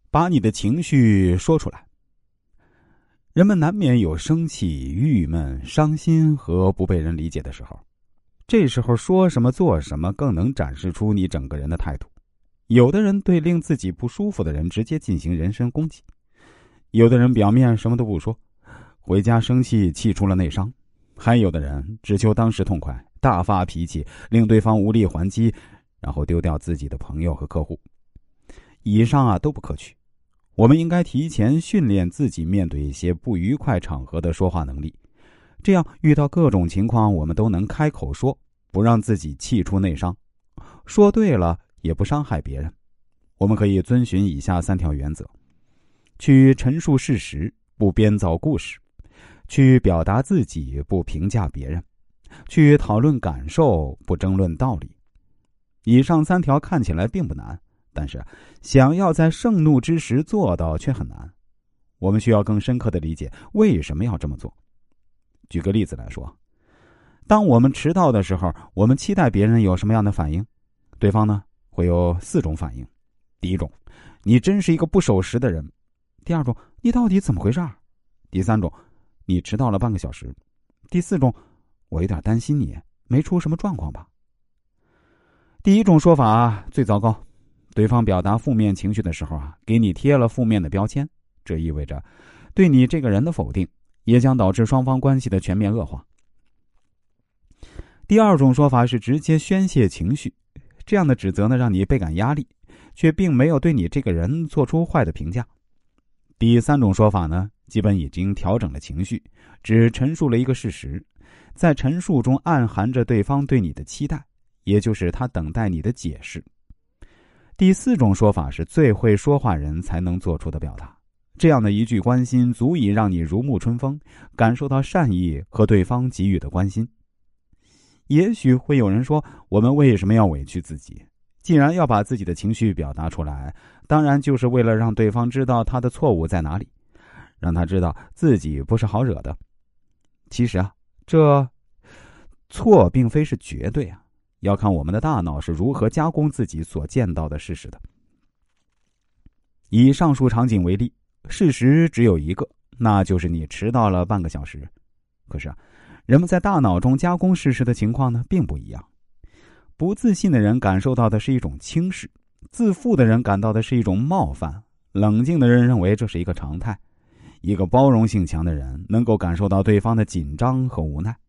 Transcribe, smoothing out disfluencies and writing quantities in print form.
把你的情绪说出来。人们难免有生气、郁闷、伤心和不被人理解的时候，这时候说什么做什么更能展示出你整个人的态度。有的人对令自己不舒服的人直接进行人身攻击，有的人表面什么都不说，回家生气气出了内伤，还有的人只求当时痛快，大发脾气，令对方无力还击，然后丢掉自己的朋友和客户。以上都不可取。我们应该提前训练自己面对一些不愉快场合的说话能力，这样遇到各种情况我们都能开口说，不让自己气出内伤。说对了也不伤害别人。我们可以遵循以下3条原则：去陈述事实，不编造故事；去表达自己，不评价别人；去讨论感受，不争论道理。以上3条看起来并不难，但是想要在盛怒之时做到却很难。我们需要更深刻的理解为什么要这么做。举个例子来说，当我们迟到的时候，我们期待别人有什么样的反应？对方呢，会有4种反应。第一种，你真是一个不守时的人；第二种，你到底怎么回事？第三种，你迟到了半个小时；第4种，我有点担心你，没出什么状况吧？第一种说法最糟糕，对方表达负面情绪的时候给你贴了负面的标签，这意味着对你这个人的否定，也将导致双方关系的全面恶化。第二种说法是直接宣泄情绪，这样的指责呢，让你倍感压力，却并没有对你这个人做出坏的评价。第3种说法呢，基本已经调整了情绪，只陈述了一个事实，在陈述中暗含着对方对你的期待，也就是他等待你的解释。第4种说法是最会说话人才能做出的表达，这样的一句关心足以让你如沐春风，感受到善意和对方给予的关心。也许会有人说，我们为什么要委屈自己？既然要把自己的情绪表达出来，当然就是为了让对方知道他的错误在哪里，让他知道自己不是好惹的。其实这错并非是绝对要看我们的大脑是如何加工自己所见到的事实的。以上述场景为例，事实只有一个，那就是你迟到了半个小时。可是人们在大脑中加工事实的情况呢，并不一样。不自信的人感受到的是一种轻视，自负的人感到的是一种冒犯，冷静的人认为这是一个常态。一个包容性强的人能够感受到对方的紧张和无奈。